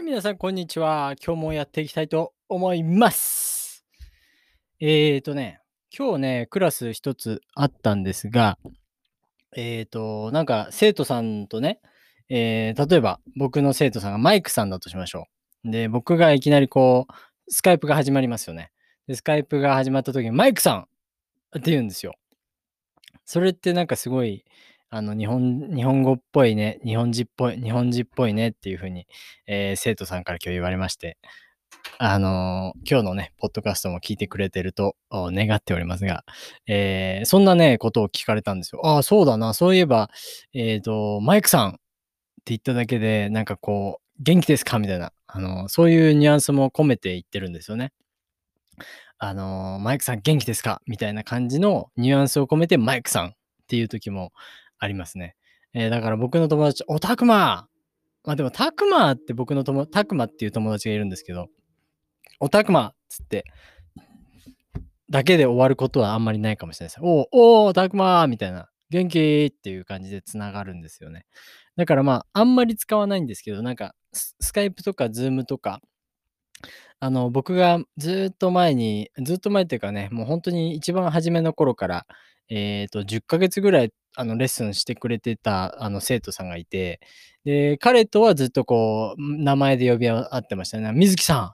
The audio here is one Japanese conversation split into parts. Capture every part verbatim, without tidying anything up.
皆さん、こんにちは。今日もやっていきたいと思います。えーとね、今日ね、クラス一つあったんですが、えーと、なんか生徒さんとね、えー例えば僕の生徒さんがマイクさんだとしましょう。で、僕がいきなりこう、スカイプが始まりますよね。で、スカイプが始まった時に、マイクさんって言うんですよ。それってなんかすごい、あの、日本日本語っぽいね、日本人っぽい日本人っぽいねっていう風に、えー生徒さんから今日言われまして、あの、今日のね、ポッドキャストも聞いてくれてると、お願っておりますが、えーそんなね、ことを聞かれたんですよ。ああ、そうだな、そういえば、えっと、マイクさんって言っただけで、なんかこう、元気ですかみたいな、あの、そういうニュアンスも込めて言ってるんですよね。あの、マイクさん元気ですかみたいな感じのニュアンスを込めてマイクさんっていう時もありますね。えーだから僕の友達、お、たくままあでも、たくまって僕の友、たくまっていう友達がいるんですけど、おたくまっつってだけで終わることはあんまりないかもしれないです。おお、おー、たくまみたいな、元気っていう感じでつながるんですよね。だからまあ、あんまり使わないんですけど、なんか、ススカイプとかズームとか、あの、僕がずっと前に、ずっと前っていうかね、もう本当に一番初めの頃から、えっと、じゅっかげつぐらい、あの、レッスンしてくれてた、あの、生徒さんがいて、で、彼とはずっとこう、名前で呼び合ってましたね。水木さんって、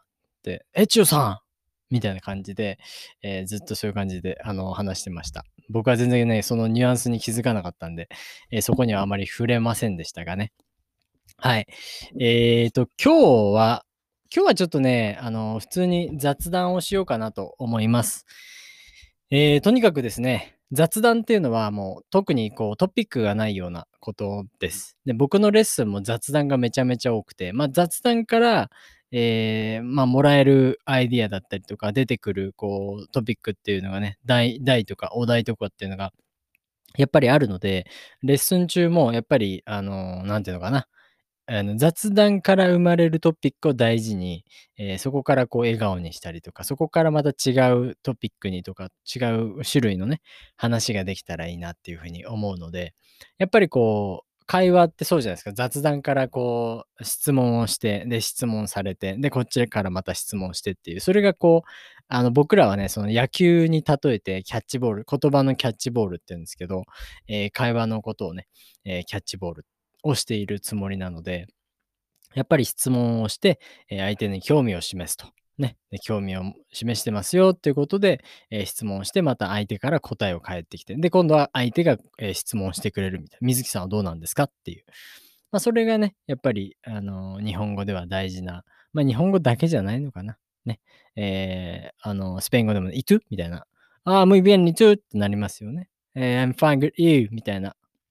えちよさんみたいな感じで、えーずっとそういう感じで、あの、話してました。僕は全然ね、そのニュアンスに気づかなかったんで、えーそこにはあまり触れませんでしたがね。はい。えっと、今日は今日はちょっとね、あの、普通に雑談をしようかなと思います。えーとにかくですね、雑談っていうのはもう特にこうトピックがないようなことです。で、僕のレッスンも雑談がめちゃめちゃ多くて、ま、雑談から、ええ、ま、もらえるアイディアだったりとか、出てくるこうトピックっていうのがね、題題とかお題とかっていうのがやっぱりあるので、レッスン中もやっぱりあの、なんていうのかな、あの、雑談から生まれるトピックを大事に、えーそこからこう笑顔にしたりとか、そこからまた違うトピックにとか、違う種類のね、話ができたらいいなっていう風に思うので、やっぱりこう、会話ってそうじゃないですか。雑談からこう質問をして、で、質問されて、で、こっちからまた質問してっていう、それがこう、あの、僕らはね、その野球に例えてキャッチボール、言葉のキャッチボールって言うんですけど、えー会話のことをね、えーキャッチボールをしているつもりなので、やっぱり質問をして、えー相手に興味を示すと。ね。で、興味を示してますよっていうことで、えー質問をして、また相手から答えを返ってきて、で、今度は相手が、えー質問してくれるみたいな。水木さんはどうなんですかっていう。まあ、それがね、やっぱり、あの、日本語では大事な、まあ、日本語だけじゃないのかな。ね。えーあの、スペイン語でも、いとみたいな。ああ、muy bien, y tú ってなりますよね。えー I'm fine, good, you みたいな。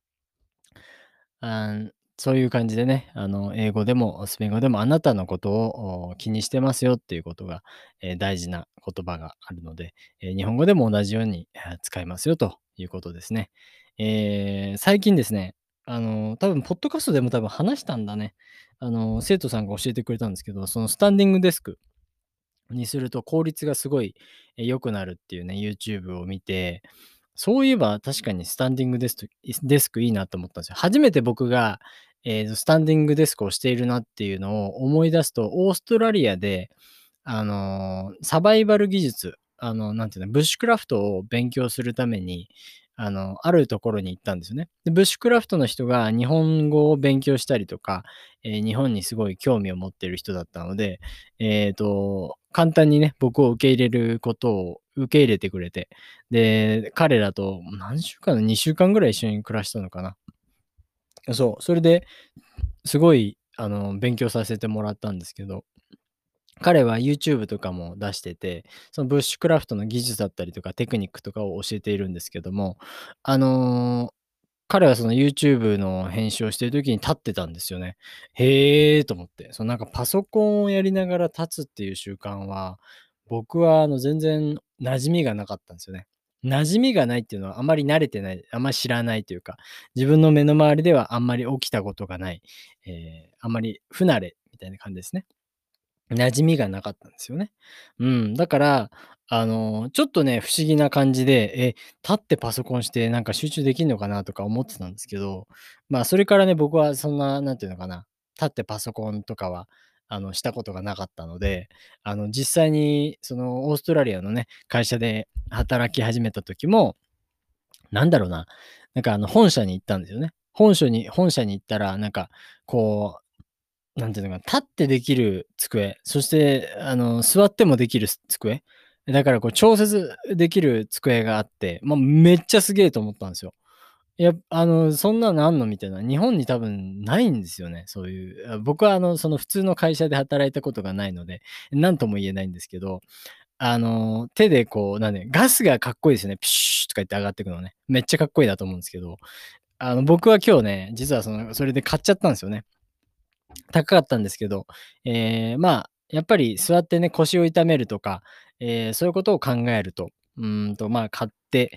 あん、そういう感じでね、あの、英語でもスペイン語でもあなたのことをお気にしてますよっていうことが、えー大事な言葉があるので、えー日本語でも同じように、えー使いますよということですね。えー最近ですね、あの、多分ポッドキャストでも多分話したんだね。あの、生徒さんが教えてくれたんですけど、そのスタンディングデスクにすると効率がすごい、え、良くなるっていうね、YouTube を見て、そういえば確かにスタンディングデスクデスクいいなと思ったんですよ。初めて僕が、ええと、スタンディングデスクをしているなっていうのを思い出すと、オーストラリアで、あの、サバイバル技術、あの、なんていうの、ブッシュクラフトを勉強するために、あの、あるところに行ったんですよね。で、ブッシュクラフトの人が日本語を勉強したりとか、え、日本にすごい興味を持っている人だったので、えっと、簡単にね、僕を受け入れることを受け入れてくれて、で、彼らと何週間、にしゅうかんぐらい一緒に暮らしたのかな。そう、それですごい、あの、勉強させてもらったんですけど、彼は YouTube とかも出してて、そのブッシュクラフトの技術だったりとかテクニックとかを教えているんですけども、あの、彼はその YouTube の編集をしてる時に立ってたんですよね。へえと思って。そのなんかパソコンをやりながら立つっていう習慣は、僕はあの全然馴染みがなかったんですよね。馴染みがないっていうのはあまり慣れてない、あんまり知らないというか、自分の目の周りではあんまり起きたことがない、えーあんまり不慣れみたいな感じですね。馴染みがなかったんですよね。うん、だから、あの、ちょっとね、不思議な感じで、え、立ってパソコンしてなんか集中できんのかなとか思ってたんですけど、まあ、それからね、僕はそんな、なんていうのかな、立ってパソコンとかは、 あの、したことがなかったので、あの、実際にそのオーストラリアのね、会社で働き始めた時も、なんだろうな、なんかあの本社に行ったんですよね。本所に本社に行ったら、なんかこう、なんていうのかな、立ってできる机、そしてあの座ってもできるす机、だからこう調節できる机があって、ま、めっちゃすげえと思ったんですよ。いや、あの、そんなのあんのみたいな、日本に多分ないんですよね、そういう。あ、僕はあの、その普通の会社で働いたことがないので、なんとも言えないんですけど、あの、手でこう、なんで、ガスがかっこいいですね。プシューとか言って上がってくのね。めっちゃかっこいいなと思うんですけど、あの、僕は今日ね、実はその、それで買っちゃったんですよね。高かったんですけど、ええ、まあ、やっぱり座ってね、腰を痛めるとか、ええ、そういうことを考えると、うーんと、まあ、買って、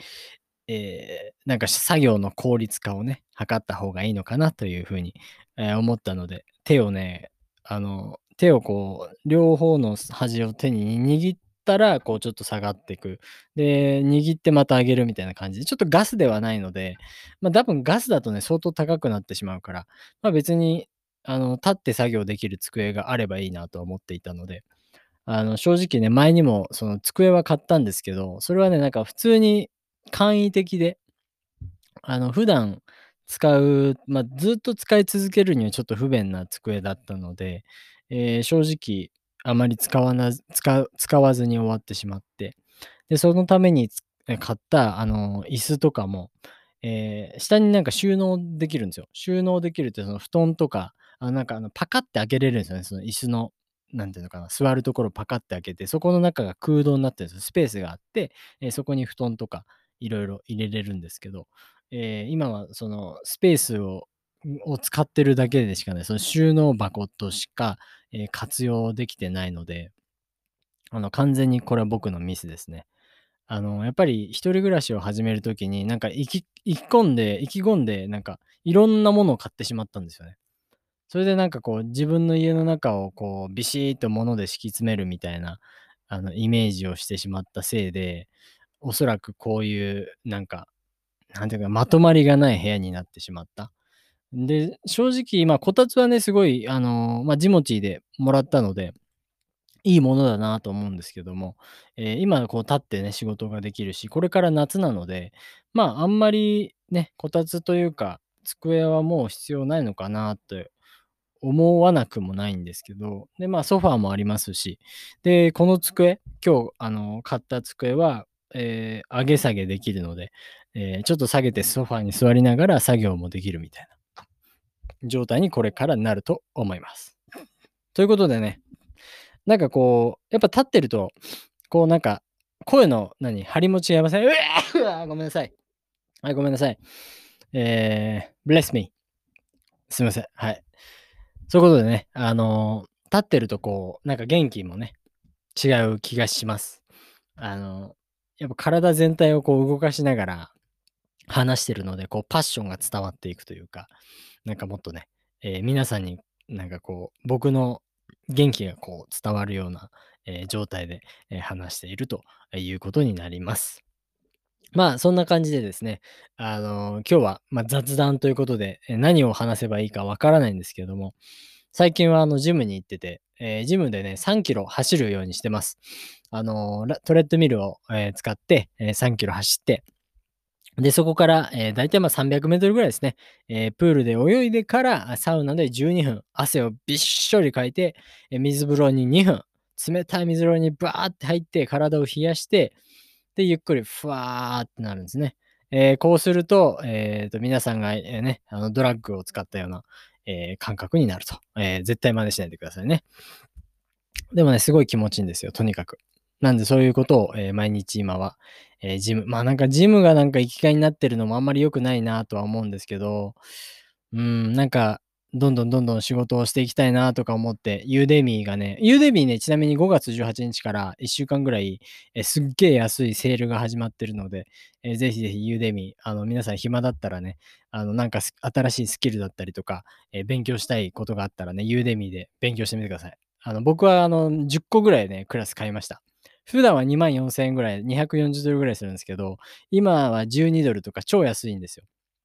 ええ、なんか作業の効率化をね、図った方がいいのかなという風に、え、思ったので、手をね、あの、手をこう、両方の端を手に握ったら、こうちょっと下がってく。で、握ってまた上げるみたいな感じで、ちょっとガスではないので、ま、多分ガスだとね、相当高くなってしまうから、ま、別に、あの、立って作業できる机があればいいなとは思っていたので、あの、正直ね、前にもその机は買ったんですけど、それはね、なんか普通に簡易的で、あの、普段使う、ま、ずっと使い続けるにはちょっと不便な机だったので、ええ、正直あまり使わなず使う使わずに終わってしまって、で、そのためにつえ、買ったあの、椅子とかも、ええ、下になんか収納できるんですよ。収納できるってその布団とか、あ、なんかあの、パカって開けれるんですよね、その椅子の、なんていうのかな、座るところパカって開けて、そこの中が空洞になってるんですよ。スペースがあって、え、そこに布団とか色々入れれるんですけど、ええ、今はそのスペースをん、を使ってるだけでしかない、その収納箱としか、え、活用できてないので、あの、完全にこれは僕のミスですね。あの、やっぱり一人暮らしを始める時に、なんかいき意気込んで意気込んで、なんかいろんなものを買ってしまったんですよね。それでなんかこう、自分の家の中をこう、ビシッと物で敷き詰めるみたいな、あの、イメージをしてしまったせいで、おそらくこういうなんか、なんていうか、まとまりがない部屋になってしまった。で、正直、ま、こたつはね、すごいあの、ま、ジモティーでもらったので、いいものだなと思うんですけども、ええ、今こう立ってね、仕事ができるし、これから夏なので、まあ、あんまりね、こたつというか、机はもう必要ないのかなって思わなくもないんですけど、で、まあ、ソファーもありますし、で、この机、今日あの、買った机は、ええ、上げ下げできるので、ええ、ちょっと下げてソファーに座りながら作業もできるみたいな状態にこれからなると思います。ということでね、なんかこう、やっぱ立ってると、こうなんか、声の何、張り持ちがやばさうえうわ、ごめんなさい。はい、ごめんなさい。ええ、bless me。すいません、はい。そういうことでね、あの、立ってるとこう、なんか元気もね、違う気がします。あの、やっぱ体全体をこう動かしながら話してるので、こうパッションが伝わっていくというか、なんかもっとね、ええ、皆さんになんかこう、僕の元気がこう伝わるような、ええ、状態で、え、話しているということになります。まあ、そんな感じでですね、あの、今日は、ま、雑談ということで、え、何を話せばいいかわからないんですけども、最近はあのジムに行ってて、ええ、ジムでね、さんキロ走るようにしてます。あの、ラトレッドミルを、え、使って、え、さんキロ走って、で、そこから、え、だいたい、ま、さんびゃくメートルぐらいですね、え、プールで泳いでから、あ、サウナでじゅうにふん、汗をびっしょりかいて、え、水風呂ににふん、冷たい水風呂にバーって入って体を冷やして、で、ゆっくりふわってなるんですね。え、こうすると、えっと、皆さんが、え、ね、あの、ドラッグを使ったような、え、感覚になると。え、絶対真似しないでくださいね。でもね、すごい気持ちいいんですよ、とにかく。なんでそういうことを、え、毎日今は、え、ジムま、なんかジムがなんか生きがいになってるのもあんまり良くないなとは思うんですけど、うーん、なんか、どんどんどんどん仕事をしていきたいなとか思って、ユーデミーがねユーデミーね、ちなみにごがつじゅうはちにちからいっしゅうかんぐらい、え、すっげえ安いセールが始まってるので、え、ぜひぜひユーデミー、あの、皆さん暇だったらね、あの、なんかす新しいスキルだったりとか、え、勉強したいことがあったらね、ユーデミーで勉強してみてください。あの、僕はあの、じゅっこぐらいね、クラス買いました。普段はにまんよんせんえんぐらい、にひゃくよんじゅうドルぐらいするんですけど、今はじゅうにドルとか超安いんですよ。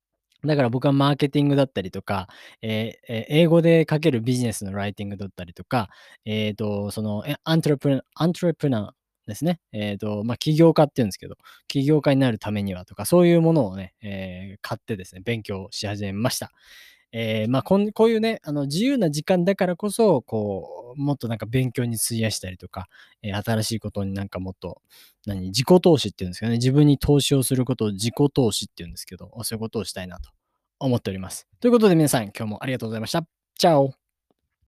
だから僕はマーケティングだったりとか、えーえ、英語で書けるビジネスのライティングだったりとか、えっと、その、え、アントレプレアントレプナーですね。えっと、ま、起業家って言うんですけど、起業家になるためにはとか、そういうものをね、えー買ってですね、勉強し始めました。ええ、ま、こんこういうね、あの、自由な時間だからこそ、こう、もっとなんか勉強に費やしたりとか、え、新しいことになんかもっと、何、自己投資っていうんですかね、自分に投資をすることを自己投資っていうんですけど、そういうことをしたいなと思っております。ということで皆さん、今日もありがとうございました。チャオ。